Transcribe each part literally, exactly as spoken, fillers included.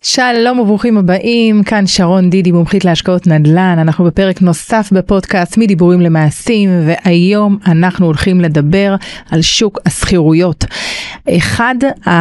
שלום וברוכים הבאים, כאן שרון דידי, מומחית להשקעות נדל"ן. אנחנו בפרק נוסף בפודקאסט מדיבורים למעשים, והיום אנחנו הולכים לדבר על שוק הסחירויות. אחד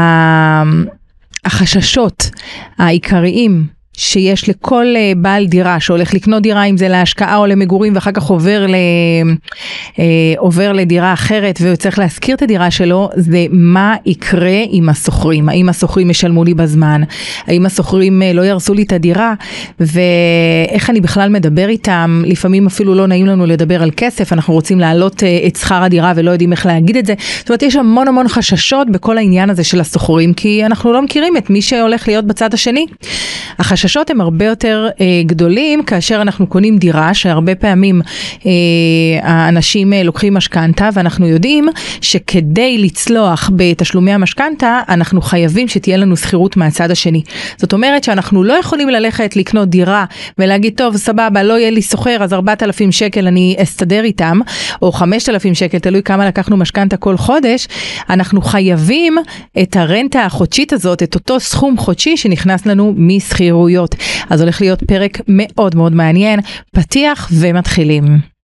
החששות העיקריים שיש לכל בעל דירה שהולך לקנות דירה, אם זה להשקעה או למגורים, ואחר כך עובר, ל... עובר לדירה אחרת וצריך להזכיר את הדירה שלו, זה מה יקרה עם הסוחרים. האם הסוחרים ישלמו לי בזמן? האם הסוחרים לא ירסו לי את הדירה? ואיך אני בכלל מדבר איתם? לפעמים אפילו לא נעים לנו לדבר על כסף, אנחנו רוצים להעלות את שכר הדירה ולא יודעים איך להגיד את זה. זאת אומרת, יש המון המון חששות בכל העניין הזה של הסוחרים, כי אנחנו לא מכירים את מי שהולך להיות בצד השני. החששות החששות הם הרבה יותר אה, גדולים כאשר אנחנו קונים דירה, שהרבה פעמים אה, האנשים אה, לוקחים משכנתה, ואנחנו יודעים שכדי לצלוח בתשלומי המשכנתה, אנחנו חייבים שתהיה לנו שכירות מהצד השני. זאת אומרת שאנחנו לא יכולים ללכת לקנות דירה ולהגיד, טוב, סבבה, לא יהיה לי סוחר, אז ארבעת אלפים שקל אני אסתדר איתם, או חמשת אלפים שקל, תלוי כמה לקחנו משכנתה כל חודש. אנחנו חייבים את הרנטה החודשית הזאת, את אותו סכום חודשי שנכנס לנו מסחירויות. אז הולך להיות פרק מאוד מאוד מעניין, פתיח ומתחילים.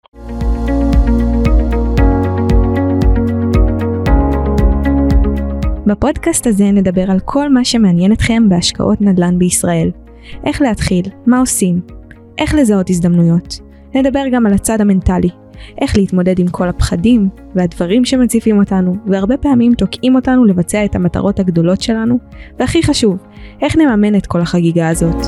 בפודקאסט הזה נדבר על כל מה שמעניין אתכם בהשקעות נדל"ן בישראל. איך להתחיל, מה עושים, איך לזהות הזדמנויות. נדבר גם על הצד המנטלי, איך להתמודד עם כל הפחדים והדברים שמציפים אותנו, והרבה פעמים תוקעים אותנו לבצע את המטרות הגדולות שלנו, והכי חשוב, איך נממן את כל החגיגה הזאת.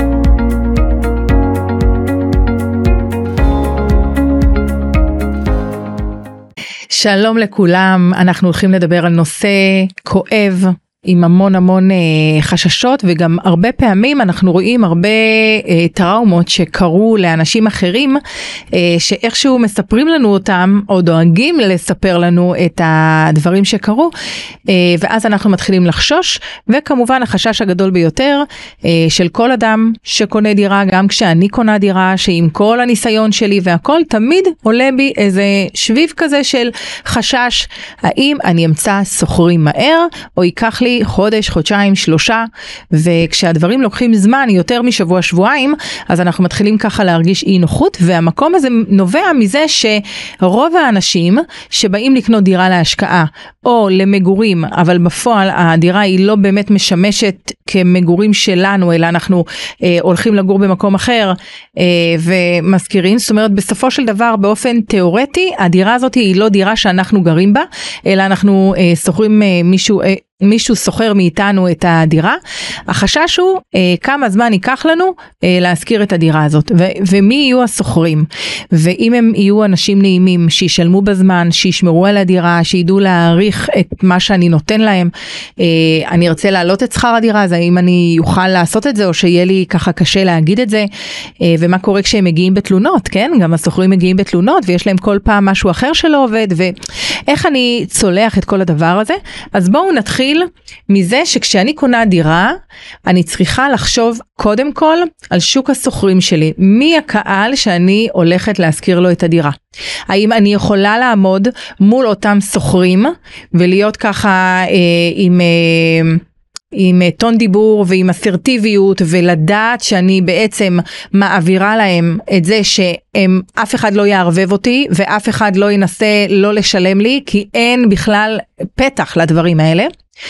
שלום לכולם, אנחנו הולכים לדבר על נושא כואב, עם המון המון אה, חששות, וגם הרבה פעמים אנחנו רואים הרבה אה, טראומות שקרו לאנשים אחרים, אה, שאיכשהו מספרים לנו אותם, או דואגים לספר לנו את הדברים שקרו, אה, ואז אנחנו מתחילים לחשוש, וכמובן החשש הגדול ביותר אה, של כל אדם שקונה דירה, גם כשאני קונה דירה, שעם כל הניסיון שלי והכל, תמיד עולה בי איזה שביב כזה של חשש, האם אני אמצא סוחרים מהר, או ייקח לי חודש, חודשיים, שלושה, וכשהדברים לוקחים זמן יותר משבוע, שבועיים, אז אנחנו מתחילים ככה להרגיש אי נוחות, והמקום הזה נובע מזה שרוב האנשים שבאים לקנות דירה להשקעה, או למגורים, אבל בפועל הדירה היא לא באמת משמשת כמגורים שלנו, אלא אנחנו אה, הולכים לגור במקום אחר, אה, ומזכירים, זאת אומרת, בסופו של דבר, באופן תיאורטי, הדירה הזאת היא לא דירה שאנחנו גרים בה, אלא אנחנו אה, סוחרים אה, מישהו, אה, מישהו סוחר מאיתנו את הדירה. החשש הוא אה, כמה זמן ייקח לנו אה, להזכיר את הדירה הזאת, ו- ומי יהיו הסוחרים, ואם הם יהיו אנשים נעימים שישלמו בזמן, שישמרו על הדירה, שידעו להעריך את מה שאני נותן להם. אה, אני ארצה להעלות את שכר הדירה, אז האם אני יוכל לעשות את זה, או שיהיה לי ככה קשה להגיד את זה, אה, ומה קורה כשהם מגיעים בתלונות, כן? גם הסוחרים מגיעים בתלונות, ויש להם כל פעם משהו אחר שלא עובד, ואיך אני צולח את כל הדבר הזה? אז בואו נתחיל מזה שכשאני קונה דירה, אני צריכה לחשוב קודם כל על שוק הסוחרים שלי. מי הקהל שאני הולכת להזכיר לו את הדירה? האם אני יכולה לעמוד מול אותם סוחרים ולהיות ככה אה, עם... אה, עם טון דיבור ועם אסרטיביות, ולדעת שאני בעצם מעבירה להם את זה שהם, אף אחד לא יערבב אותי, ואף אחד לא ינסה לא לשלם לי, כי אין בכלל פתח לדברים האלה.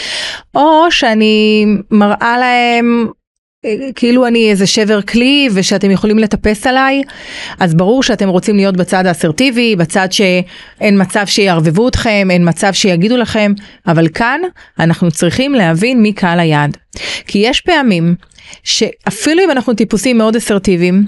או שאני מראה להם כאילו אני איזה שבר כלי ושאתם יכולים לטפס עליי, אז ברור שאתם רוצים להיות בצד האסרטיבי, בצד שאין מצב שיערבבו אתכם, אין מצב שיגידו לכם, אבל כאן אנחנו צריכים להבין מי קהל היעד. כי יש פעמים שאפילו אם אנחנו טיפוסים מאוד אסרטיביים,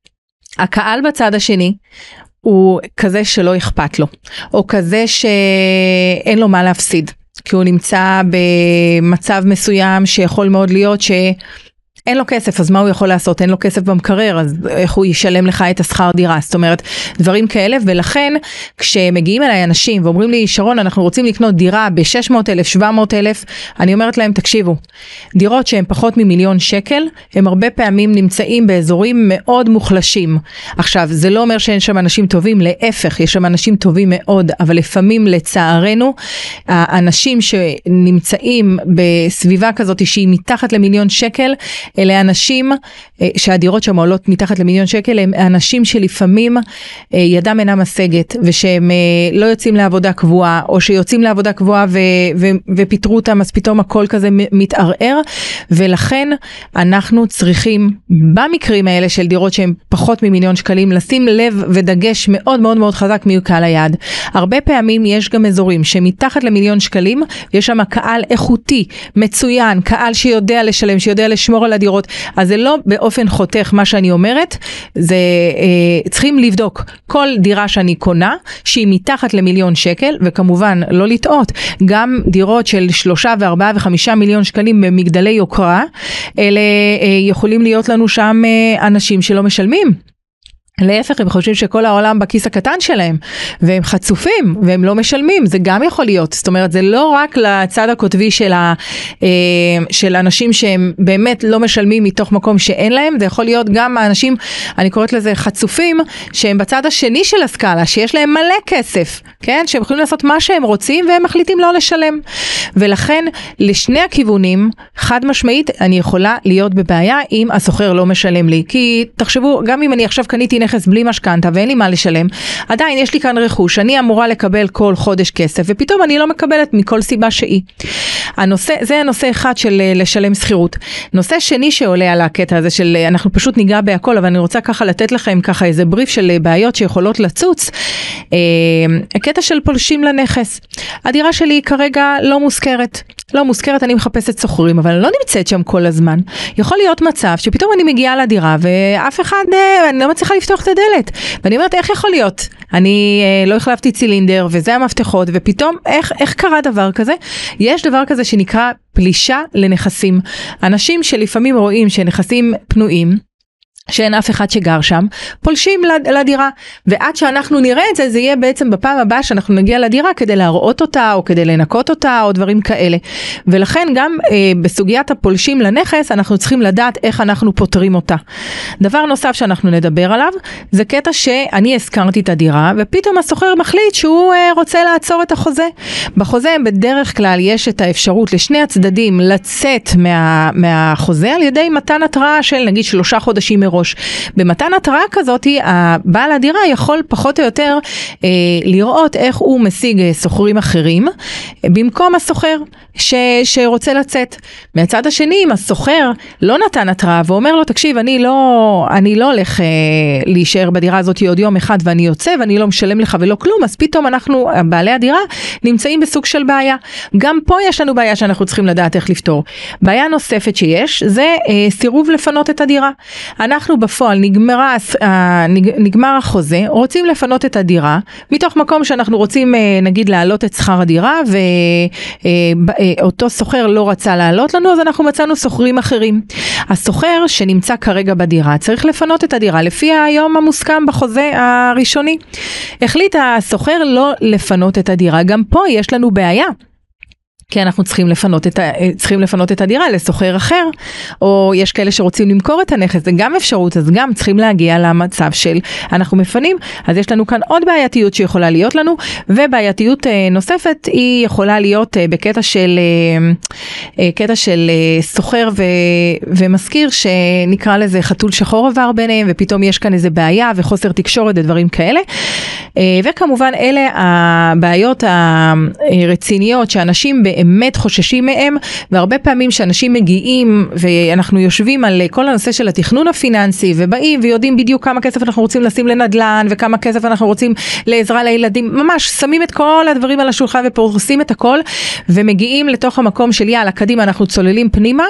הקהל בצד השני הוא כזה שלא אכפת לו, או כזה שאין לו מה להפסיד, כי הוא נמצא במצב מסוים שיכול מאוד להיות ש... אין לו כסף, אז מה הוא יכול לעשות? אין לו כסף במקרר, אז איך הוא ישלם לך את השכר דירה? זאת אומרת, דברים כאלה, ולכן כשמגיעים אליי אנשים ואומרים לי, שרון, אנחנו רוצים לקנות דירה ב-שש מאות אלף, שבע מאות אלף, אני אומרת להם, תקשיבו, דירות שהן פחות ממיליון שקל, הם הרבה פעמים נמצאים באזורים מאוד מוחלשים. עכשיו, זה לא אומר שאין שם אנשים טובים, להפך, יש שם אנשים טובים מאוד, אבל לפעמים לצערנו, האנשים שנמצאים בסביבה כזאת שהיא מתחת למיליון שקל, אלה אנשים שהדירות שם עולות מתחת למיליון שקל, הם אנשים שלפעמים ידם אינה משגת, ושהם לא יוצאים לעבודה קבועה, או שיוצאים לעבודה קבועה ו- ו- ופיתרו אותם, אז פתאום הכל כזה מתערער, ולכן אנחנו צריכים במקרים האלה של דירות שהם פחות ממיליון שקלים, לשים לב ודגש מאוד מאוד מאוד חזק מי הוא קהל היעד. הרבה פעמים יש גם אזורים שמתחת למיליון שקלים, יש שם קהל איכותי, מצוין, קהל שיודע לשלם, שיודע לשמור על הדירות, אז זה לא באופן חותך מה שאני אומרת, זה אה, צריכים לבדוק כל דירה שאני קונה, שהיא מתחת למיליון שקל, וכמובן לא לטעות, גם דירות של שלושה וארבעה וחמישה מיליון שקלים במגדלי יוקרה, אלה אה, יכולים להיות לנו שם אה, אנשים שלא משלמים. להפך, הם חושבים שכל העולם בכיס הקטן שלהם, והם חצופים, והם לא משלמים, זה גם יכול להיות. זאת אומרת, זה לא רק לצד הכותבי של, ה, של אנשים שהם באמת לא משלמים מתוך מקום שאין להם, זה יכול להיות גם האנשים, אני קוראת לזה חצופים, שהם בצד השני של הסקאלה, שיש להם מלא כסף, כן? שהם יכולים לעשות מה שהם רוצים, והם מחליטים לא לשלם. ולכן, לשני הכיוונים, חד משמעית, אני יכולה להיות בבעיה אם הסוחר לא משלם לי. כי תחשבו, גם אם אני עכשיו קניתי נכס בלי משכנתה ואין לי מה לשלם, עדיין יש לי כאן רכוש, אני אמורה לקבל כל חודש כסף, ופתאום אני לא מקבלת מכל סיבה שהיא. הנושא, זה הנושא אחד של לשלם שכירות. נושא שני שעולה על הקטע הזה של, אנחנו פשוט ניגע בהכל, אבל אני רוצה ככה לתת לכם ככה איזה בריף של בעיות שיכולות לצוץ. הקטע של פולשים לנכס. הדירה שלי כרגע לא מוזכרת. לא מוזכרת, אני מחפשת סוחרים, אבל אני לא נמצאת שם כל הזמן. יכול להיות מצב שפתאום אני מגיעה לדירה, ואף אחד, אני לא מצליחה לפתוח את הדלת. ואני אומרת, איך יכול להיות? אני לא החלפתי צילינדר, וזה המפתחות, ופתאום, איך, איך קרה דבר כזה? יש דבר כזה שנקרא פלישה לנכסים. אנשים שלפעמים רואים שנכסים פנויים, שאין אף אחד שגר שם, פולשים לדירה, ועד שאנחנו נראה את זה, זה יהיה בעצם בפעם הבאה שאנחנו נגיע לדירה, כדי להראות אותה, או כדי לנקות אותה, או דברים כאלה. ולכן גם אה, בסוגיית הפולשים לנכס, אנחנו צריכים לדעת איך אנחנו פותרים אותה. דבר נוסף שאנחנו נדבר עליו, זה קטע שאני הזכרתי את הדירה, ופתאום הסוחר מחליט שהוא אה, רוצה לעצור את החוזה. בחוזה בדרך כלל יש את האפשרות לשני הצדדים לצאת מה, מהחוזה, על ידי מתן התראה של נגיד שלושה חודשים מראש. במתן התראה כזאת, הבעל הדירה יכול פחות או יותר אה, לראות איך הוא משיג סוחרים אחרים, במקום הסוחר ש, שרוצה לצאת. מהצד השני, אם הסוחר לא נתן התראה ואומר לו, תקשיב, אני לא, אני לא הולך אה, להישאר בדירה הזאת עוד יום אחד, ואני יוצא ואני לא משלם לך ולא כלום, אז פתאום אנחנו, בעלי הדירה, נמצאים בסוג של בעיה. גם פה יש לנו בעיה שאנחנו צריכים לדעת איך לפתור. בעיה נוספת שיש, זה אה, סירוב לפנות את הדירה. אנחנו בפועל, נגמרה, נגמר החוזה, רוצים לפנות את הדירה, מתוך מקום שאנחנו רוצים, נגיד, להעלות את שכר הדירה, ואותו סוחר לא רצה להעלות לנו, אז אנחנו מצאנו סוחרים אחרים. הסוחר שנמצא כרגע בדירה, צריך לפנות את הדירה, לפי היום המוסכם בחוזה הראשוני. החליט הסוחר לא לפנות את הדירה, גם פה יש לנו בעיה. כי אנחנו צריכים לפנות את, ה, צריכים לפנות את הדירה לסוחר אחר, או יש כאלה שרוצים למכור את הנכס, זה גם אפשרות, אז גם צריכים להגיע למצב של אנחנו מפנים, אז יש לנו כאן עוד בעייתיות שיכולה להיות לנו, ובעייתיות נוספת היא יכולה להיות בקטע של, קטע של סוחר ו, ומזכיר, שנקרא לזה חתול שחור עבר ביניהם, ופתאום יש כאן איזה בעיה וחוסר תקשורת ודברים כאלה, וכמובן אלה הבעיות הרציניות שאנשים באמת חוששים מהם, והרבה פעמים שאנשים מגיעים ואנחנו יושבים על כל הנושא של התכנון הפיננסי, ובאים ויודעים בדיוק כמה כסף אנחנו רוצים לשים לנדלן, וכמה כסף אנחנו רוצים לעזרה לילדים, ממש שמים את כל הדברים על השולחן ופורסים את הכל, ומגיעים לתוך המקום של יאללה, קדימה, אנחנו צוללים פנימה,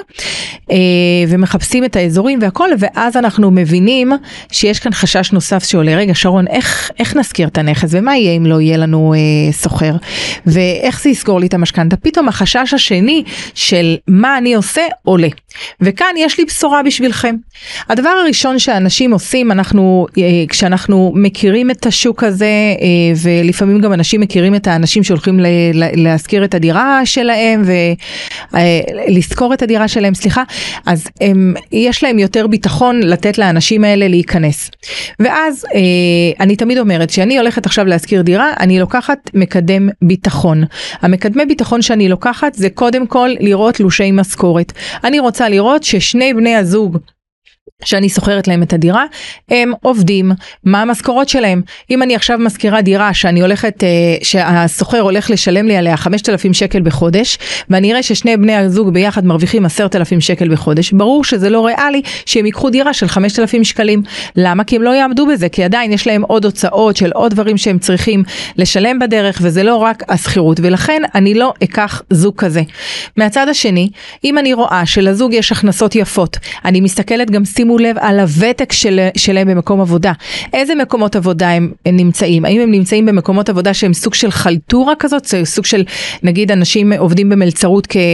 ומחפשים את האזורים והכל, ואז אנחנו מבינים שיש כאן חשש נוסף שעולה, רגע שרון, איך, איך נזכיר את הנכס, ומה יהיה אם לא יהיה לנו אה, סוחר, ואיך זה יסגור לי את המשכנתא. פתאום החשש השני של מה אני עושה עולה, וכאן יש לי בשורה בשבילכם. הדבר הראשון שאנשים עושים, אנחנו, אה, כשאנחנו מכירים את השוק הזה, אה, ולפעמים גם אנשים מכירים את האנשים שהולכים ל- ל- להזכיר את הדירה שלהם, ולזכור את הדירה שלהם, סליחה, אז הם, יש להם יותר ביטחון לתת לאנשים האלה להיכנס. ואז אה, אני תמיד אומרת, שאני הולכת עכשיו להזכיר דירה, אני לוקחת מקדם ביטחון. המקדמי ביטחון שאני לוקחת זה קודם כל לראות תלושי משכורת. אני רוצה לראות ששני בני הזוג שאני סוחרת להם את הדירה, הם עובדים, מה המשכורות שלהם. אם אני עכשיו מזכירה דירה שאני הולכת, שהסוחר הולך לשלם לי עליה חמשת אלפים שקל בחודש, ואני אראה ששני בני הזוג ביחד מרוויחים עשרת אלפים שקל בחודש, ברור שזה לא ריאלי שהם ייקחו דירה של חמשת אלפים שקלים. למה? כי הם לא יעמדו בזה, כי עדיין יש להם עוד הוצאות של עוד דברים שהם צריכים לשלם בדרך, וזה לא רק הסחירות, ולכן אני לא אקח זוג כזה. מהצד השני, אם אני רואה שלזוג יש הכנסות יפות, אני מסתכלת גם שימו לב על הוותק של, שלהם במקום עבודה. איזה מקומות עבודה הם, הם נמצאים? האם הם נמצאים במקומות עבודה שהם סוג של חלטורה כזאת? זה סוג של, נגיד, אנשים עובדים במלצרות כ,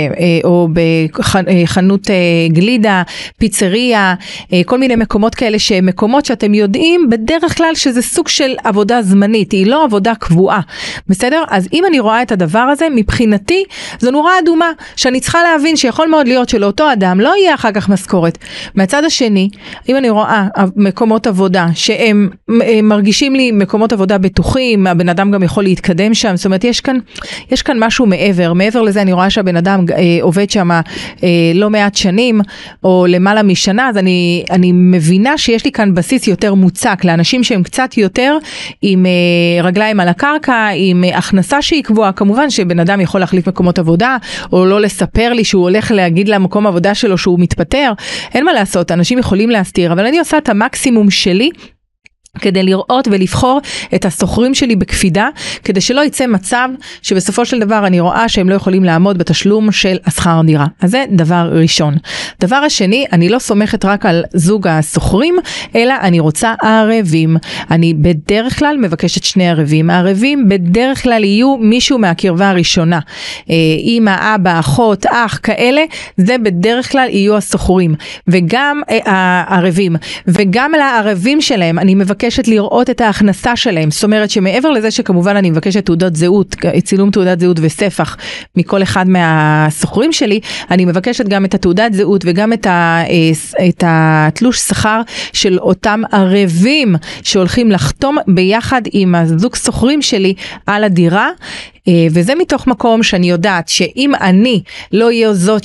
או בחנות גלידה, פיצריה, כל מיני מקומות כאלה שהם מקומות שאתם יודעים בדרך כלל שזה סוג של עבודה זמנית, היא לא עבודה קבועה. בסדר? אז אם אני רואה את הדבר הזה, מבחינתי, זו נורה אדומה, שאני צריכה להבין שיכול מאוד להיות שלאותו אדם לא יהיה אחר כך משכורת. מהצד השני, אם אני רואה מקומות עבודה שהם מרגישים לי מקומות עבודה בטוחים, הבן אדם גם יכול להתקדם שם, זאת אומרת, יש כאן, יש כאן משהו מעבר, מעבר לזה אני רואה שהבן אדם אה, עובד שם אה, לא מעט שנים, או למעלה משנה, אז אני, אני מבינה שיש לי כאן בסיס יותר מוצק, לאנשים שהם קצת יותר עם אה, רגליים על הקרקע, עם אה, הכנסה שהיא קבועה, כמובן שבן אדם יכול להחליף מקומות עבודה, או לא לספר לי שהוא הולך להגיד למקום עבודה שלו שהוא מתפטר, אין מה לעשות, אנשים יכולים להסתיר, אבל אני עושה את המקסימום שלי, כדי לראות ולבחור את הסוחרים שלי בקפידה, כדי שלא יצא מצב שבסופו של דבר אני רואה שהם לא יכולים לעמוד בתשלום של השכר דירה. אז זה דבר ראשון. דבר השני, אני לא סומכת רק על זוג הסוחרים, אלא אני רוצה ערבים. אני בדרך כלל מבקשת שני ערבים. הערבים בדרך כלל יהיו מישהו מהקרבה הראשונה. אמא, אבא, אחות, אח, כאלה, זה בדרך כלל יהיו הסוחרים. וגם הערבים. וגם לערבים שלהם, אני מבקשת מבקשת לראות את ההכנסה שלהם, זאת אומרת שמעבר לזה שכמובן אני מבקשת תעודת זהות, צילום תעודת זהות וספח מכל אחד מהסוחרים שלי, אני מבקשת גם את התעודת זהות וגם את, ה, את התלוש שכר של אותם ערבים שהולכים לחתום ביחד עם הזוג סוחרים שלי על הדירה, וזה מתוך מקום שאני יודעת שאם אני לא אהיה זאת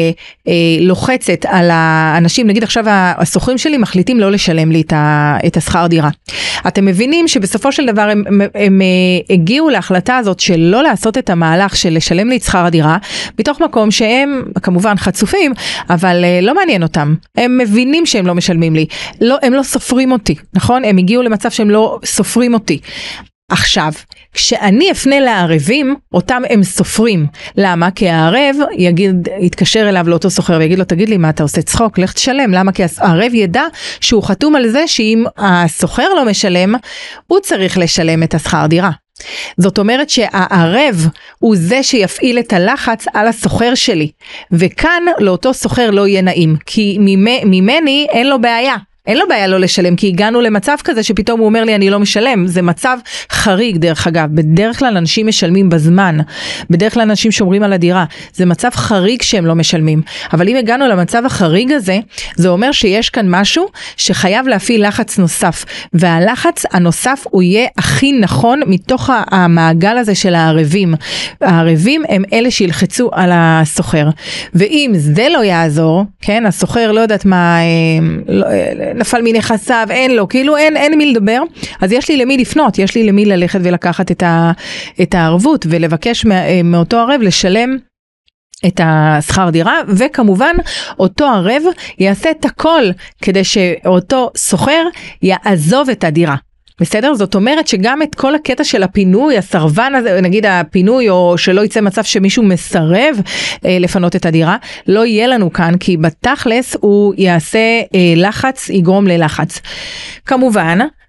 שלוחצת על האנשים, נגיד עכשיו הסוחרים שלי מחליטים לא לשלם לי את השכר דירה. אתם מבינים שבסופו של דבר הם, הם, הם הגיעו להחלטה הזאת של לא לעשות את המהלך של לשלם לי את שכר הדירה, מתוך מקום שהם כמובן חצופים, אבל לא מעניין אותם. הם מבינים שהם לא משלמים לי. לא, הם לא סופרים אותי, נכון? הם הגיעו למצב שהם לא סופרים אותי. עכשיו, כשאני אפנה לערבים, אותם הם סופרים. למה? כי הערב יגיד, יתקשר אליו לאותו סוחר ויגיד לו, תגיד לי מה אתה עושה צחוק, לך תשלם. למה? כי הערב ידע שהוא חתום על זה שאם הסוחר לא משלם, הוא צריך לשלם את השכר דירה. זאת אומרת שהערב הוא זה שיפעיל את הלחץ על הסוחר שלי. וכאן לאותו סוחר לא יהיה נעים, כי ממני אין לו בעיה. אין לו בעיה לא לשלם, כי הגענו למצב כזה שפתאום הוא אומר לי אני לא משלם, זה מצב חריג דרך אגב, בדרך כלל אנשים משלמים בזמן, בדרך כלל אנשים שומרים על הדירה, זה מצב חריג שהם לא משלמים, אבל אם הגענו למצב החריג הזה, זה אומר שיש כאן משהו שחייב להפעיל לחץ נוסף, והלחץ הנוסף הוא יהיה הכי נכון מתוך המעגל הזה של הערבים, הערבים הם אלה שילחצו על הסוחר, ואם זה לא יעזור, כן, הסוחר לא יודעת מה, לא, נפל מנכסיו, אין לו, כאילו אין, אין מי לדבר, אז יש לי למי לפנות, יש לי למי ללכת ולקחת את, ה, את הערבות, ולבקש מא, מאותו ערב לשלם את השכר דירה, וכמובן אותו ערב יעשה את הכל, כדי שאותו סוחר יעזוב את הדירה. בסדר? זאת אומרת שגם את כל הקטע של הפינוי, הסרבן הזה, נגיד הפינוי, או שלא יצא מצב שמישהו מסרב אה, לפנות את הדירה, לא יהיה לנו כאן, כי בתכלס הוא יעשה אה, לחץ, יגרום ללחץ. כמובן,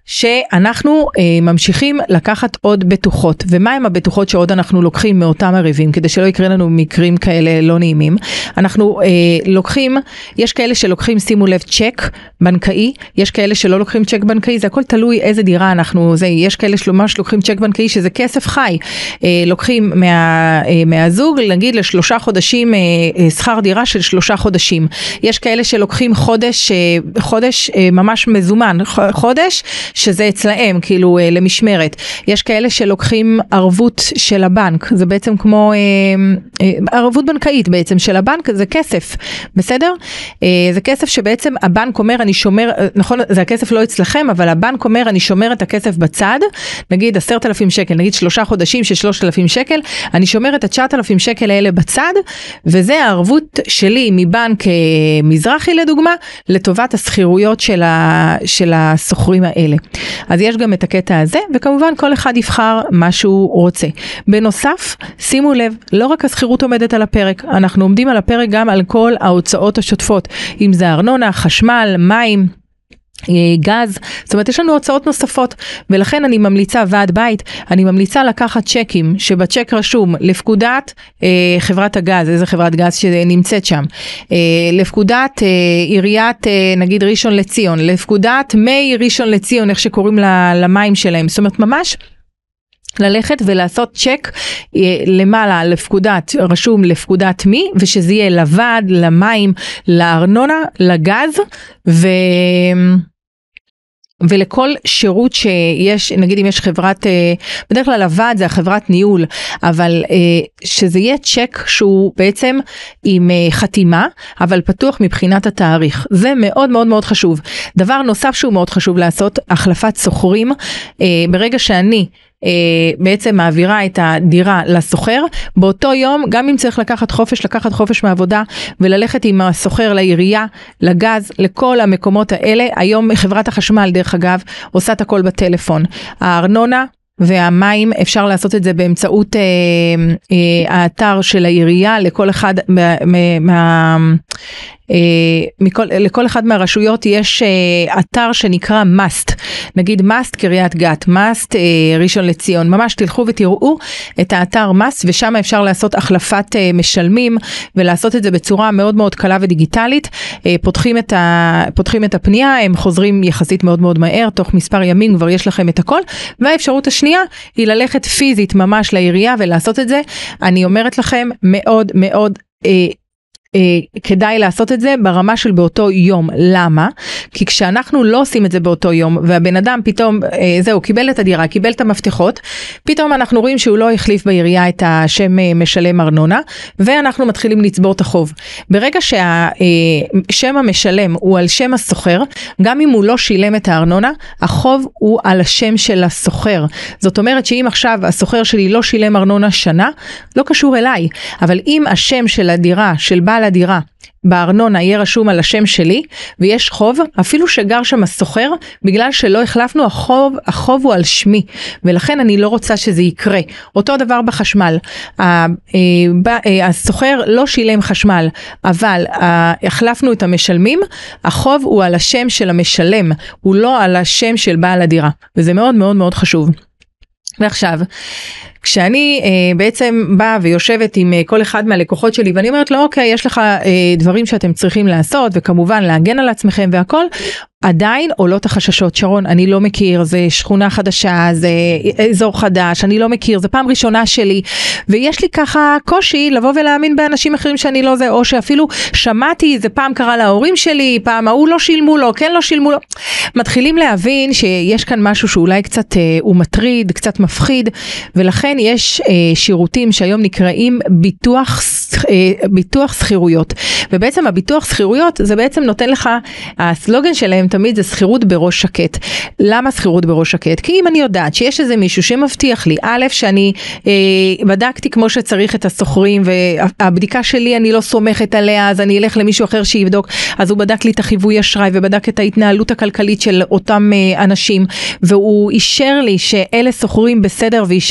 שאנחנו אה, ממשיכים לקחת עוד בטוחות, ומה הם הבטוחות שעוד אנחנו לוקחים מאותם ערבים, כדי שלא יקרה לנו מקרים כאלה לא נעימים. אנחנו אה, לוקחים, יש כאלה שלוקחים, שימו לב, צ'ק בנקאי, יש כאלה שלא לוקחים צ'ק בנקאי, זה הכל תלוי איזה דירה אנחנו, זה, יש כאלה שממש לוקחים צ'ק בנקאי, שזה כסף חי, אה, לוקחים מה, אה, מהזוג, נגיד לשלושה חודשים, אה, אה, שכר דירה של שלושה חודשים. יש כאלה שלוקחים חודש, אה, חודש אה, ממש מזומן, חודש, שזה אצלהם, כאילו, אה, למשמרת. יש כאלה שלוקחים ערבות של הבנק, זה בעצם כמו, אה, אה, ערבות בנקאית בעצם של הבנק, זה כסף, בסדר? אה, זה כסף שבעצם הבנק אומר, אני שומר, נכון, זה הכסף לא אצלכם, אבל הבנק אומר, אני שומר את הכסף בצד, נגיד עשרת אלפים שקל, נגיד שלושה חודשים של שלושת אלפים שקל, אני שומר את התשעת אלפים שקל האלה בצד, וזה הערבות שלי מבנק אה, מזרחי לדוגמה, לטובת הסחירויות של, ה, של הסוחרים האלה. אז יש גם את הקטע הזה, וכמובן כל אחד יבחר מה שהוא רוצה. בנוסף, שימו לב, לא רק הסחירות עומדת על הפרק, אנחנו עומדים על הפרק גם על כל ההוצאות השוטפות, אם זה ארנונה, חשמל, מים, גז, זאת אומרת יש לנו הוצאות נוספות, ולכן אני ממליצה ועד בית, אני ממליצה לקחת צ'קים שבצ'ק רשום לפקודת אה, חברת הגז, איזה חברת גז שנמצאת שם, אה, לפקודת אה, עיריית אה, נגיד ראשון לציון, לפקודת מי ראשון לציון, איך שקוראים למים שלהם, זאת אומרת ממש ללכת ולעשות צ'ק אה, למעלה לפקודת, רשום לפקודת מי, ושזה יהיה לוועד, למים, לארנונה, לגז, ו... ולכל שירות שיש, נגיד אם יש חברת, בדרך כלל הוועד זה החברת ניהול, אבל שזה יהיה צ'ק שהוא בעצם עם חתימה, אבל פתוח מבחינת התאריך. זה מאוד מאוד מאוד חשוב. דבר נוסף שהוא מאוד חשוב לעשות, החלפת סוחרים, ברגע שאני בעצם מעבירה את הדירה לסוחר, באותו יום, גם אם צריך לקחת חופש, לקחת חופש מעבודה, וללכת עם הסוחר לעירייה, לגז, לכל המקומות האלה, היום חברת החשמל דרך אגב, עושה את הכל בטלפון. הארנונה והמים, אפשר לעשות את זה באמצעות אה, אה, האתר של העירייה, לכל אחד מה... מה מכל, לכל אחד מהרשויות יש אתר שנקרא מאסט, נגיד מאסט קריית גת, מאסט ראשון לציון, ממש תלכו ותראו את האתר מאסט, ושם אפשר לעשות החלפת משלמים, ולעשות את זה בצורה מאוד מאוד קלה ודיגיטלית, פותחים את, ה, פותחים את הפנייה, הם חוזרים יחסית מאוד מאוד מהר, תוך מספר ימים כבר יש לכם את הכל, והאפשרות השנייה היא ללכת פיזית ממש לעירייה ולעשות את זה, אני אומרת לכם מאוד מאוד Uh, כדאי לעשות את זה ברמה של באותו יום. למה? כי כשאנחנו לא עושים את זה באותו יום, והבן אדם פתאום, uh, זהו, קיבל את הדירה, קיבל את המפתחות, פתאום אנחנו רואים שהוא לא החליף בעירייה את השם uh, משלם ארנונה, ואנחנו מתחילים לצבור את החוב. ברגע שהשם uh, המשלם הוא על שם הסוחר, גם אם הוא לא שילם את הארנונה, החוב הוא על השם של הסוחר. זאת אומרת שאם עכשיו הסוחר שלי לא שילם ארנונה שנה, לא קשור אליי, אבל אם השם של הדירה, של בעל הדירה, בארנונה יהיה רשום על השם שלי, ויש חוב, אפילו שגר שם הסוחר, בגלל שלא החלפנו, החוב, החוב הוא על שמי, ולכן אני לא רוצה שזה יקרה. אותו דבר בחשמל, הסוחר לא שילם חשמל, אבל החלפנו את המשלמים, החוב הוא על השם של המשלם, הוא לא על השם של בעל הדירה, וזה מאוד מאוד מאוד חשוב. ועכשיו, כשאני אה, בעצם באה ויושבת עם אה, כל אחד מהלקוחות שלי, ואני אומרת לו, אוקיי, יש לך אה, דברים שאתם צריכים לעשות, וכמובן להגן על עצמכם והכל, עדיין עולות החששות, שרון, אני לא מכיר, זה שכונה חדשה, זה אזור חדש, אני לא מכיר, זה פעם ראשונה שלי, ויש לי ככה קושי לבוא ולהאמין באנשים אחרים שאני לא זה, או שאפילו שמעתי, זה פעם קרה להורים שלי, פעם ההוא לא שילמו לו, כן לא שילמו לו, מתחילים להבין שיש כאן משהו שאולי קצת אה, הוא מטריד, קצת מפחיד, ולכן יש אה, שירותים שהיום נקראים ביטוח, אה, ביטוח סחירויות, ובעצם הביטוח סחירויות זה בעצם נותן לך, הסלוגן שלהם תמיד זה סחירות בראש שקט. למה סחירות בראש שקט? כי אם אני יודעת שיש איזה מישהו שמבטיח לי, א', שאני אה, בדקתי כמו שצריך את הסוחרים, והבדיקה שלי אני לא סומכת עליה, אז אני אלך למישהו אחר שיבדוק, אז הוא בדק לי את החיווי אשראי, ובדק את ההתנהלות הכלכלית של אותם אה, אנשים, והוא אישר לי שאלה סוחרים בסדר, ואישר לי את החוב,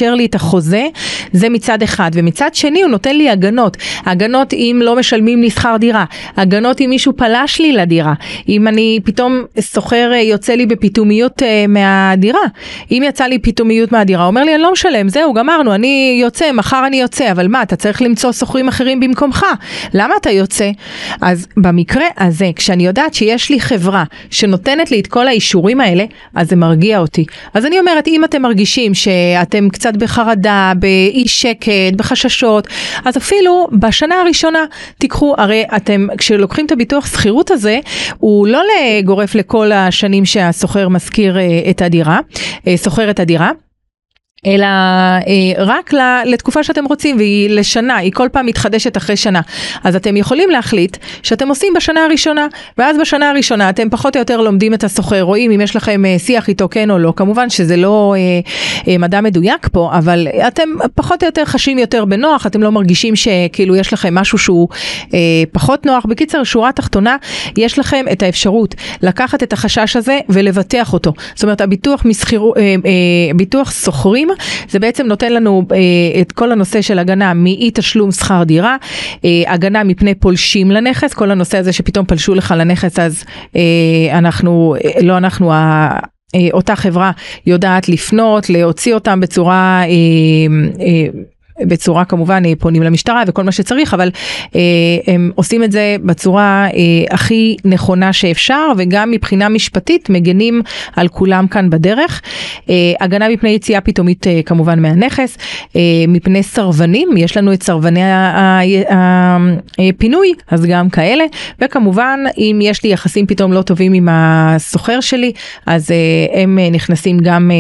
בחוזה, זה מצד אחד, ומצד שני הוא נותן לי הגנות, הגנות אם לא משלמים לי שכר דירה, הגנות אם מישהו פלש לי לדירה, אם אני פתאום סוחר יוצא לי בפתאומיות מהדירה, אם יצא לי פתאומיות מהדירה, אומר לי אני לא משלם, זהו גמרנו, אני יוצא, מחר אני יוצא, אבל מה, אתה צריך למצוא סוחרים אחרים במקומך, למה אתה יוצא? אז במקרה הזה, כשאני יודעת שיש לי חברה שנותנת לי את כל האישורים האלה, אז זה מרגיע אותי. אז אני אומרת, אם אתם מרגישים שאתם קצת בחרדה, באי שקט, בחששות, אז אפילו בשנה הראשונה תיקחו, הרי אתם, כשלוקחים את הביטוח שכירות הזה, הוא לא לגורף לכל השנים שהסוחר מזכיר את הדירה, סוחר את הדירה, אלא אה, רק לתקופה שאתם רוצים, והיא לשנה, היא כל פעם מתחדשת אחרי שנה. אז אתם יכולים להחליט שאתם עושים בשנה הראשונה, ואז בשנה הראשונה אתם פחות או יותר לומדים את הסוחר, רואים אם יש לכם אה, שיח איתו כן או לא, כמובן שזה לא אה, אה, מדע מדויק פה, אבל אתם פחות או יותר חשים יותר בנוח, אתם לא מרגישים שכאילו יש לכם משהו שהוא אה, פחות נוח. בקיצר, שורה תחתונה, יש לכם את האפשרות לקחת את החשש הזה ולבטח אותו. זאת אומרת, הביטוח מסחירו, אה, אה, ביטוח סוחרים, זה בעצם נותן לנו אה, את כל הנושא של הגנה מאי תשלום שכר דירה, אה, הגנה מפני פולשים לנכס, כל הנושא הזה שפתאום פלשו לך לנכס, אז אה, אנחנו, אה, לא אנחנו, ה... אה, אותה חברה יודעת לפנות, להוציא אותם בצורה... אה, אה, בצורה כמובן פונים למשטרה וכל מה שצריך, אבל אה, הם עושים את זה בצורה אה, הכי נכונה שאפשר, וגם מבחינה משפטית מגנים על כולם כאן בדרך. אה, הגנה מפני יציאה פתאומית אה, כמובן מהנכס, אה, מפני סרבנים, יש לנו את סרבני הפינוי, אז גם כאלה, וכמובן אם יש לי יחסים פתאום לא טובים עם הסוחר שלי, אז אה, הם נכנסים גם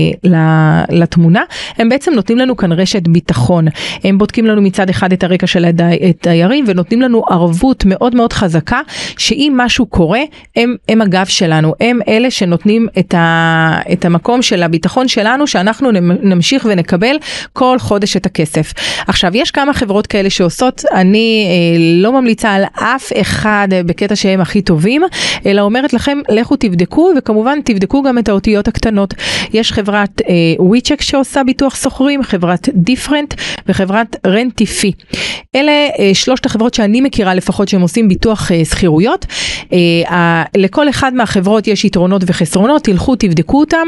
אה, לתמונה. הם בעצם נותנים לנו כאן רשת ביטחון, הם בודקים לנו מצד אחד את הרקע של הדיירים, ונותנים לנו ערבות מאוד מאוד חזקה, שאם משהו קורה, הם, הם הגב שלנו, הם אלה שנותנים את, ה, את המקום של הביטחון שלנו, שאנחנו נמשיך ונקבל כל חודש את הכסף. עכשיו, יש כמה חברות כאלה שעושות, אני אה, לא ממליצה על אף אחד בקטע שהם הכי טובים, אלא אומרת לכם, לכו תבדקו, וכמובן תבדקו גם את האותיות הקטנות. יש חברת אה, וויצ'ק שעושה ביטוח סוחרים, חברת דיפרנט, וחברת רנטיפי. אלה אה, שלושת החברות שאני מכירה לפחות שהם עושים ביטוח אה, שכירויות. אה, אה, לכל אחד מהחברות יש יתרונות וחסרונות, תלכו תבדקו אותם.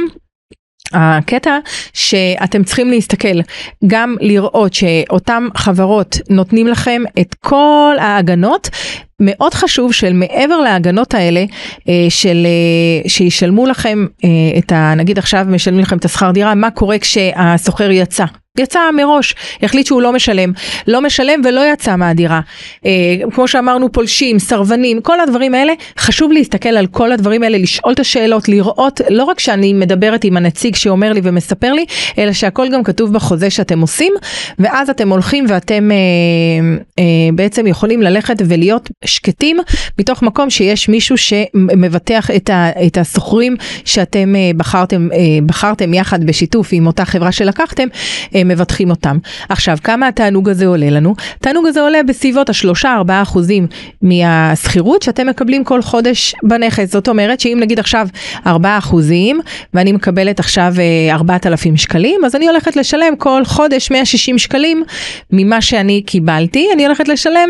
הקטע שאתם צריכים להסתכל, גם לראות שאותם חברות נותנים לכם את כל ההגנות, מאוד חשוב של מעבר להגנות האלה, של, שישלמו לכם את ה, נגיד עכשיו משלמים לכם את השכר דירה, מה קורה כשהסוחר יצא? יצא מראש, החליט שהוא לא משלם, לא משלם ולא יצא מהדירה. אה, כמו שאמרנו, פולשים, סרבנים, כל הדברים האלה, חשוב להסתכל על כל הדברים האלה, לשאול את השאלות, לראות, לא רק שאני מדברת עם הנציג שאומר לי ומספר לי, אלא שהכל גם כתוב בחוזה שאתם עושים, ואז אתם הולכים ואתם אה, אה, בעצם יכולים ללכת ולהיות שקטים, מתוך מקום שיש מישהו שמבטח את, ה, את הסוחרים שאתם אה, בחרתם, אה, בחרתם יחד בשיתוף עם אותה חברה שלקחתם, אה, מבטחים אותם. עכשיו, כמה התענוג הזה עולה לנו? התענוג הזה עולה בסביבות השלושה, ארבעה אחוזים מהסחירות שאתם מקבלים כל חודש בנכס. זאת אומרת שאם נגיד עכשיו ארבעה אחוזים, ואני מקבלת עכשיו ארבעת אלפים שקלים, אז אני הולכת לשלם כל חודש מאה ושישים שקלים ממה שאני קיבלתי, אני הולכת לשלם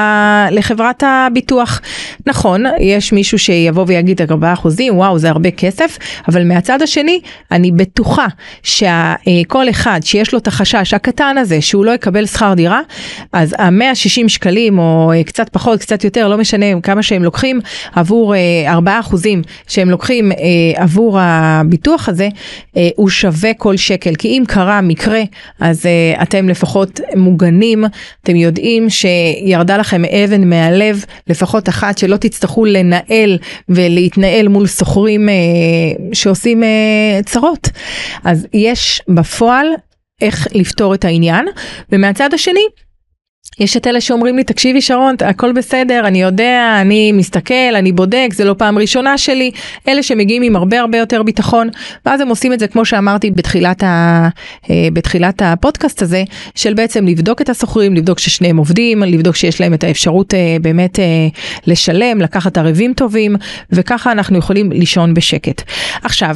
לחברת הביטוח. נכון, יש מישהו שיבוא ויגיד ארבעה אחוזים, וואו, זה הרבה כסף, אבל מהצד השני, אני בטוחה שכל אחד שיש לו את החשש הקטן הזה, שהוא לא יקבל שכר דירה, אז ה-מאה ושישים שקלים, או קצת פחות, קצת יותר, לא משנה כמה שהם לוקחים, עבור ארבעה אחוזים שהם לוקחים עבור הביטוח הזה, הוא שווה כל שקל, כי אם קרה מקרה, אז אתם לפחות מוגנים, אתם יודעים שירדה לכם אבן מהלב, לפחות אחת שלא תצטרכו לנהל ולהתנהל מול סוחרים שעושים צרות. אז יש בפועל איך לפתור את העניין, ומהצד השני, יש את אלה שאומרים לי, תקשיבי שרון, הכל בסדר, אני יודע, אני מסתכל, אני בודק, זה לא פעם ראשונה שלי, אלה שמגיעים עם הרבה הרבה יותר ביטחון, ואז הם עושים את זה, כמו שאמרתי בתחילת, ה, בתחילת הפודקאסט הזה, של בעצם לבדוק את הסוחרים, לבדוק ששניהם עובדים, לבדוק שיש להם את האפשרות באמת לשלם, לקחת ערבים טובים, וככה אנחנו יכולים לישון בשקט. עכשיו,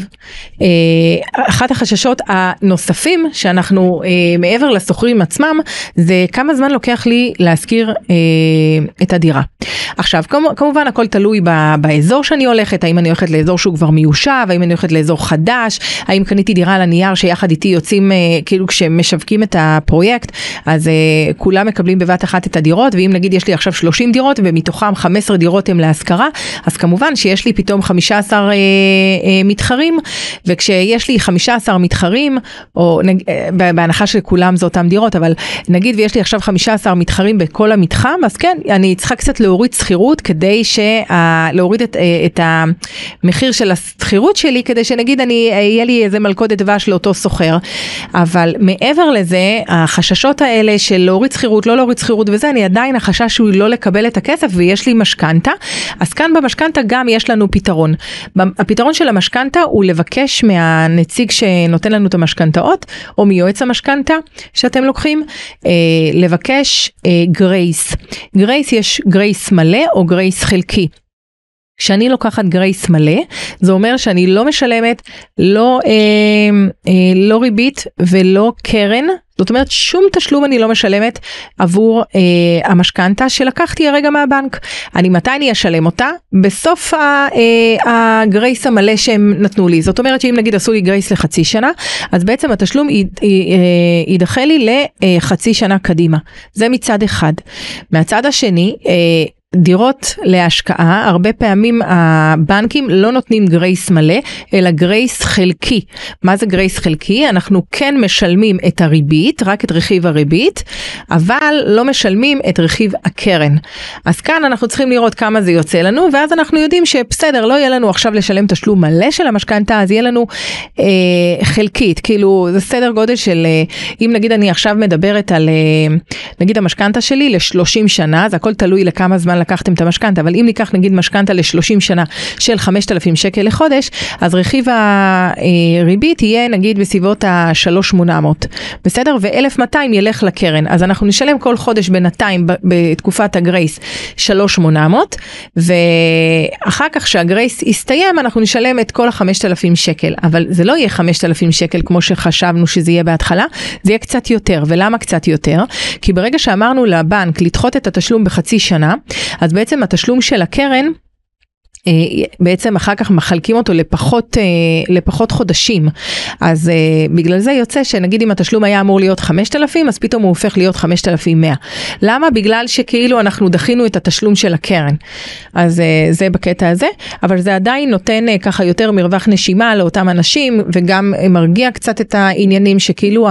אחת החששות הנוספים, שאנחנו מעבר לסוחרים עצמם, זה כמה זמן לוקח לי להזכיר אה, את הדירה. עכשיו, כמובן הכל תלוי ב, באזור שאני הולכת, האם אני הולכת לאזור שהוא כבר מיושב, האם אני הולכת לאזור חדש, האם קניתי דירה על הנייר שיחד איתי יוצאים, אה, כאילו כשמשווקים את הפרויקט, אז אה, כולם מקבלים בבת אחת את הדירות, ואם נגיד יש לי עכשיו שלושים דירות, ומתוכם חמש עשרה דירות הם להשכרה, אז כמובן שיש לי פתאום חמישה עשר אה, אה, מתחרים, וכשיש לי חמישה עשר מתחרים, או נג, אה, בהנחה שכולם זה אותם דירות, אבל נגיד ויש לי עכשיו חמישה עשר מתחרים בכל המתחם, אז כן, אני צריכה קצת להוריד שכירות, כדי שה... להוריד את, את המחיר של השכירות שלי, כדי שנגיד אני, יהיה לי איזה מלכודת דבש לאותו סוחר. אבל מעבר לזה, החששות האלה של להוריד שכירות, לא להוריד שכירות וזה, אני עדיין החשש הוא לא לקבל את הכסף, ויש לי משכנתה. אז כאן במשכנתה גם יש לנו פתרון. הפתרון של המשכנתה הוא לבקש מהנציג שנותן לנו את המשכנתאות, או מיועץ המשכנתה שאתם לוקחים, לבקש גרייס. גרייס יש גרייס מלא או גרייס חלקי. כשאני לוקחת גרייס מלא, זה אומר שאני לא משלמת לא, אה, אה, לא ריבית ולא קרן, זאת אומרת שום תשלום אני לא משלמת עבור אה, המשכנתה שלקחתי הרגע מהבנק. אני מתי אני אשלם אותה? בסוף ה, אה, הגרייס המלא שהם נתנו לי. זאת אומרת שאם נגיד עשו לי גרייס לחצי שנה, אז בעצם התשלום יידחה לי לחצי שנה קדימה. זה מצד אחד. מהצד השני, אה, דירות להשקעה, הרבה פעמים הבנקים לא נותנים גרייס מלא, אלא גרייס חלקי. מה זה גרייס חלקי? אנחנו כן משלמים את הריבית, רק את רכיב הריבית, אבל לא משלמים את רכיב הקרן. אז כאן אנחנו צריכים לראות כמה זה יוצא לנו, ואז אנחנו יודעים שבסדר, לא יהיה לנו עכשיו לשלם תשלום מלא של המשכנתה, אז יהיה לנו אה, חלקית, כאילו זה סדר גודל של, אה, אם נגיד אני עכשיו מדברת על, אה, נגיד המשכנתה שלי ל-שלושים שנה, אז הכל תלוי לכמה זמן לקחתם את המשכנתה, אבל אם ניקח נגיד משכנתה ל-שלושים שנה של חמשת אלפים שקל לחודש, אז רכיב הריבית יהיה נגיד בסביבות ה-שלוש אלף שמונה מאות, בסדר? ו-אלף ומאתיים ילך לקרן, אז אנחנו נשלם כל חודש בינתיים בתקופת הגרייס שלוש אלף שמונה מאות, ואחר כך שהגרייס יסתיים, אנחנו נשלם את כל ה-חמשת אלפים שקל, אבל זה לא יהיה חמשת אלפים שקל כמו שחשבנו שזה יהיה בהתחלה, זה יהיה קצת יותר, ולמה קצת יותר? כי ברגע שאמרנו לבנק לדחות את התשלום בחצי שנה, אז בעצם התשלום של הקרן, בעצם אחר כך מחלקים אותו לפחות, לפחות חודשים. אז בגלל זה יוצא שנגיד אם התשלום היה אמור להיות חמשת אלפים, אז פתאום הוא הופך להיות חמשת אלפים ומאה. למה? בגלל שכאילו אנחנו דחינו את התשלום של הקרן. אז זה בקטע הזה, אבל זה עדיין נותן ככה יותר מרווח נשימה לאותם אנשים, וגם מרגיע קצת את העניינים שכאילו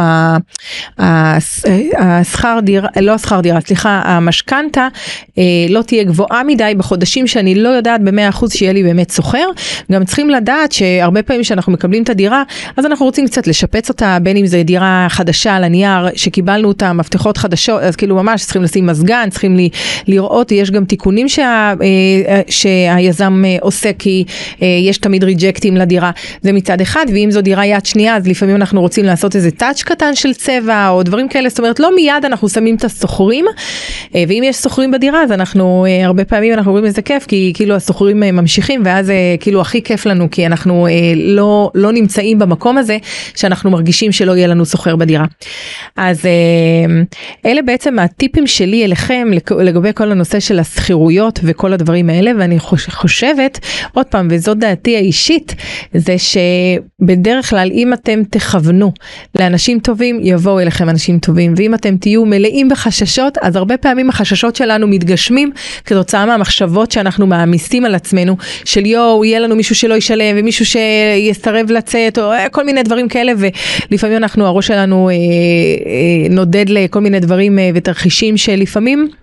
השכר דירה, לא השכר דירה, סליחה, המשכנתה לא תהיה גבוהה מדי בחודשים שאני לא יודעת ב-מאה אחוז שיהיה לי באמת סוחר. גם צריכים לדעת שהרבה פעמים שאנחנו מקבלים את הדירה, אז אנחנו רוצים קצת לשפץ אותה, בין אם זה דירה חדשה על הנייר, שקיבלנו אותה, מפתחות חדשות, אז כאילו ממש צריכים לשים מזגן, צריכים לי, לראות, יש גם תיקונים שה, שהיזם עושה, כי יש תמיד ריג'קטים לדירה, זה מצד אחד, ואם זו דירה יד שנייה, אז לפעמים אנחנו רוצים לעשות איזה טאץ' קטן של צבע, או דברים כאלה, זאת אומרת, לא מיד אנחנו שמים את הסוחרים, ואם יש סוחרים בדירה, אז אנחנו, הרבה פעמים אנחנו רואים איזה כיף, כי כאילו הסוחרים ממשיכים, ואז כאילו הכי כיף לנו, כי אנחנו לא, לא נמצאים במקום הזה, שאנחנו מרגישים שלא יהיה לנו סוחר בדירה. אז אלה בעצם הטיפים שלי אליכם, לגבי כל הנושא של הסחירויות, וכל הדברים האלה, ואני חושבת, עוד פעם, וזאת דעתי האישית, זה שבדרך כלל, אם אתם תכוונו לאנשים טובים, יבואו אליכם אנשים טובים, ואם אתם תהיו מלאים בחששות, אז הרבה פעמים החששות שלנו מתגשמים, כתוצאה מהמחשבות שאנחנו מעמיסים על עצמנו, של יו, יהיה לנו מישהו שלא ישלם, ומישהו שיסתרב לצאת, או כל מיני דברים כאלה, ולפעמים אנחנו, הראש שלנו אה, אה, נודד לכל מיני דברים אה, ותרחישים שלפעמים,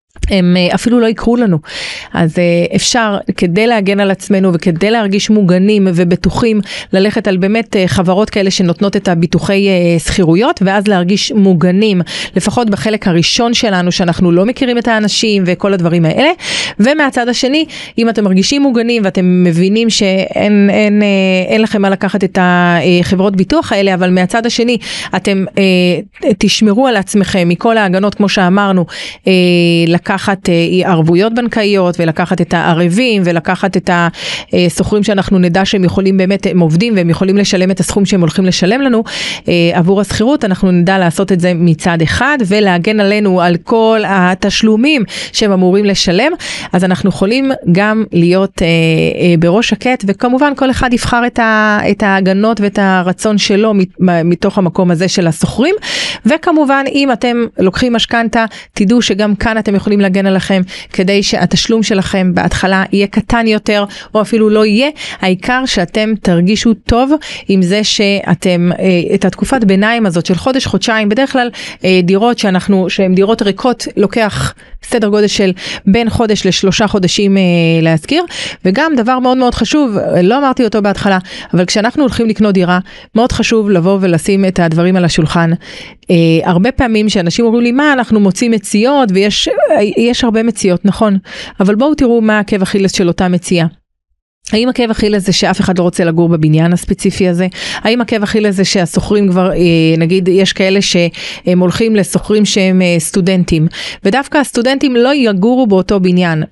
הם אפילו לא יקרו לנו. אז אפשר, כדי להגן על עצמנו וכדי להרגיש מוגנים ובטוחים, ללכת על באמת חברות כאלה שנותנות את הביטוחי סחירויות, ואז להרגיש מוגנים, לפחות בחלק הראשון שלנו, שאנחנו לא מכירים את האנשים וכל הדברים האלה. ומהצד השני, אם אתם מרגישים מוגנים ואתם מבינים שאין אין, אין לכם מה לקחת את החברות ביטוח האלה, אבל מהצד השני, אתם תשמרו על עצמכם מכל ההגנות, כמו שאמרנו, לקחת ערבויות בנקאיות, ולקחת את הערבים, ולקחת את הסוחרים שאנחנו נדע שהם יכולים באמת, הם עובדים, והם יכולים לשלם את הסכום שהם הולכים לשלם לנו, עבור הסחירות, אנחנו נדע לעשות את זה מצד אחד, ולהגן עלינו על כל התשלומים שהם אמורים לשלם, אז אנחנו יכולים גם להיות בראש שקט, וכמובן כל אחד יבחר את ההגנות ואת הרצון שלו, מתוך המקום הזה של הסוחרים, וכמובן אם אתם לוקחים משכנתה, תדעו שגם כאן אתם יכולים להגן עליכם, כדי שהתשלום שלכם בהתחלה יהיה קטן יותר, או אפילו לא יהיה, העיקר שאתם תרגישו טוב עם זה שאתם, את התקופת ביניים הזאת של חודש, חודשיים, בדרך כלל דירות שאנחנו, שהן דירות ריקות, לוקח סדר גודל של בין חודש לשלושה חודשים להזכיר, וגם דבר מאוד מאוד חשוב, לא אמרתי אותו בהתחלה, אבל כשאנחנו הולכים לקנות דירה, מאוד חשוב לבוא ולשים את הדברים על השולחן. הרבה פעמים שאנשים אומרים לי, מה, אנחנו מוצאים מציאות, ויש יש הרבה מציאות, נכון, אבל בואו תראו מה עקב אכילס של אותה מציאה. האם עקב אכילס זה שאף אחד לא רוצה לגור בבניין הספציפי הזה? האם עקב אכילס זה שהסוחרים כבר, נגיד, יש כאלה שהם הולכים לסוחרים שהם סטודנטים, ודווקא הסטודנטים לא יגורו באותו בניין,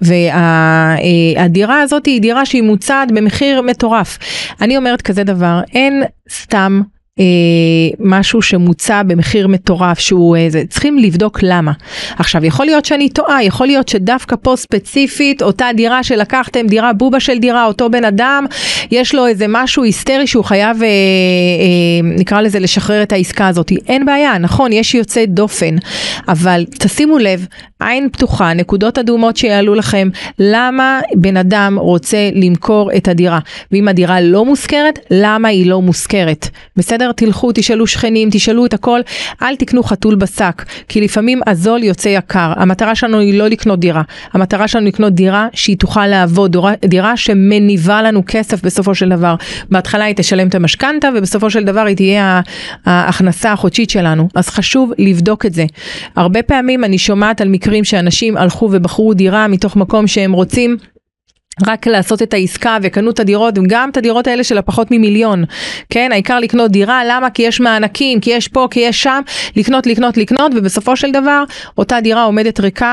והדירה הזאת היא דירה שהיא מוצעת במחיר מטורף. אני אומרת כזה דבר, אין סתם משהו שמוצע במחיר מטורף, שהוא איזה, צריכים לבדוק למה. עכשיו, יכול להיות שאני טועה, יכול להיות שדווקא פה ספציפית, אותה דירה שלקחתם, דירה בובה של דירה, אותו בן אדם, יש לו איזה משהו היסטרי שהוא חייב, אה, אה, נקרא לזה, לשחרר את העסקה הזאת. אין בעיה, נכון, יש יוצא דופן, אבל תשימו לב, עין פתוחה, נקודות אדומות שיעלו לכם, למה בן אדם רוצה למכור את הדירה, ואם הדירה לא מוזכרת, למה היא לא מוזכרת? בסדר? תלכו, תשאלו שכנים, תשאלו את הכל, אל תקנו חתול בשק, כי לפעמים הזול יוצא יקר. המטרה שלנו היא לא לקנות דירה, המטרה שלנו לקנות דירה שהיא תוכל לעבוד, דירה, דירה שמניבה לנו כסף בסופו של דבר. בהתחלה היא תשלם את המשכנתה, ובסופו של דבר היא תהיה ההכנסה החודשית שלנו. אז חשוב לבדוק את זה. הרבה פעמים אני שומעת על מקרים שאנשים הלכו ובחרו דירה מתוך מקום שהם רוצים רק לעשות את העסקה וקנו את הדירות, גם את הדירות האלה של הפחות ממיליון, כן? העיקר לקנות דירה, למה? כי יש מענקים, כי יש פה, כי יש שם, לקנות, לקנות, לקנות, ובסופו של דבר, אותה דירה עומדת ריקה,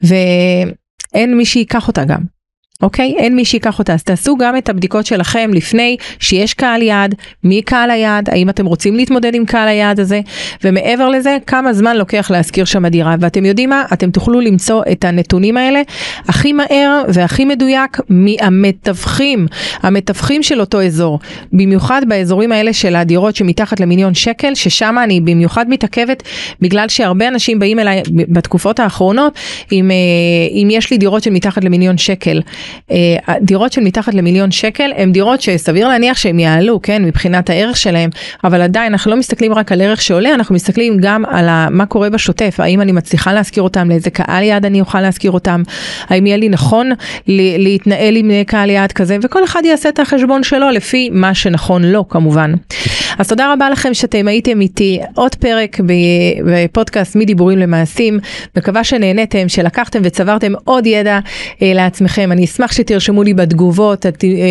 ואין מי שיקח אותה גם. אוקיי? אין מי שיקח אותה. אז תעשו גם את הבדיקות שלכם לפני שיש קהל יעד, מי קהל היעד, האם אתם רוצים להתמודד עם קהל היעד הזה, ומעבר לזה, כמה זמן לוקח להזכיר שם הדירה. ואתם יודעים מה? אתם תוכלו למצוא את הנתונים האלה הכי מהר והכי מדויק מהמתווכים, המתווכים של אותו אזור. במיוחד באזורים האלה של הדירות שמתחת למיליון שקל, ששם אני במיוחד מתעכבת, בגלל שהרבה אנשים באים אליי בתקופות האחרונות, אם, אם יש לי דירות של מתחת למיליון שקל, דירות של מתחת למיליון שקל, הם דירות שסביר להניח שהם יעלו, כן, מבחינת הערך שלהם, אבל עדיין אנחנו לא מסתכלים רק על ערך שעולה, אנחנו מסתכלים גם על מה קורה בשוטף, האם אני מצליחה להזכיר אותם, לאיזה קהל יעד אני אוכל להזכיר אותם, האם יהיה לי נכון להתנהל עם קהל יעד כזה, וכל אחד יעשה את החשבון שלו לפי מה שנכון לו, כמובן. אז תודה רבה לכם שאתם הייתם איתי, עוד פרק בפודקאסט מדיבורים למעשים, מקווה שנהנתם, שלקחתם וצברתם עוד ידע לעצמכם. אני אשמח שתרשמו לי בתגובות,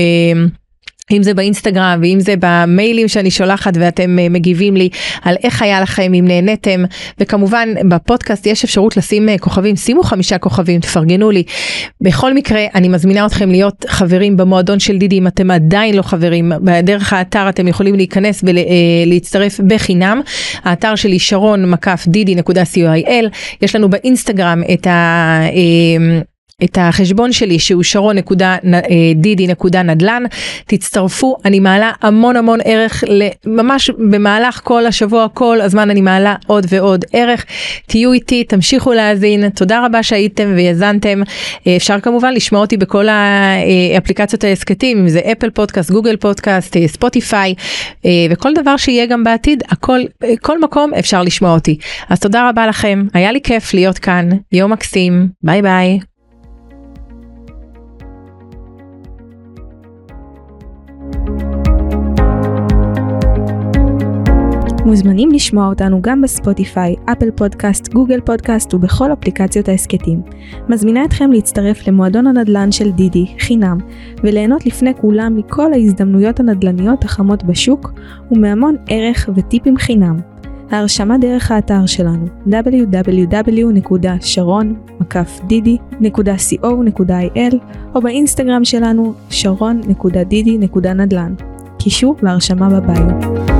אם זה באינסטגרם ואם זה במיילים שאני שולחת ואתם מגיבים לי על איך היה לכם, אם נהנתם, וכמובן בפודקאסט יש אפשרות לשים כוכבים, שימו חמישה כוכבים, תפרגנו לי. בכל מקרה אני מזמינה אתכם להיות חברים במועדון של דידי, אם אתם עדיין לא חברים, בדרך האתר אתם יכולים להיכנס ולהצטרף בחינם, האתר שלי שרון מקף דידי נקודה סי או איי אל, יש לנו באינסטגרם את ה... את החשבון שלי שהוא שרון נקודה דידי נקודה נדל"ן, תצטרפו, אני מעלה המון המון ערך, ממש במהלך כל השבוע, כל הזמן אני מעלה עוד ועוד ערך, תהיו איתי, תמשיכו להאזין, תודה רבה שהייתם ויזנתם, אפשר כמובן לשמוע אותי בכל האפליקציות ההסקטים, אם זה אפל פודקאסט, גוגל פודקאסט, ספוטיפיי, וכל דבר שיהיה גם בעתיד, הכל, כל מקום אפשר לשמוע אותי. אז תודה רבה לכם, היה לי כיף להיות כאן, יום מקסים, ביי ביי. מוזמנים לשמוע אותנו גם בספוטיפיי, אפל פודקאסט, גוגל פודקאסט ובכל אפליקציות ההסקטים. מזמינה אתכם להצטרף למועדון הנדל"ן של דידי, חינם, וליהנות לפני כולם מכל ההזדמנויות הנדל"ניות החמות בשוק, ומהמון ערך וטיפים חינם. ההרשמה דרך האתר שלנו דאבליו דאבליו דאבליו נקודה שרון מקף דידי נקודה קו נקודה איי אל או באינסטגרם שלנו שרון נקודה דידי נקודה נדל"ן. קישור להרשמה בביו.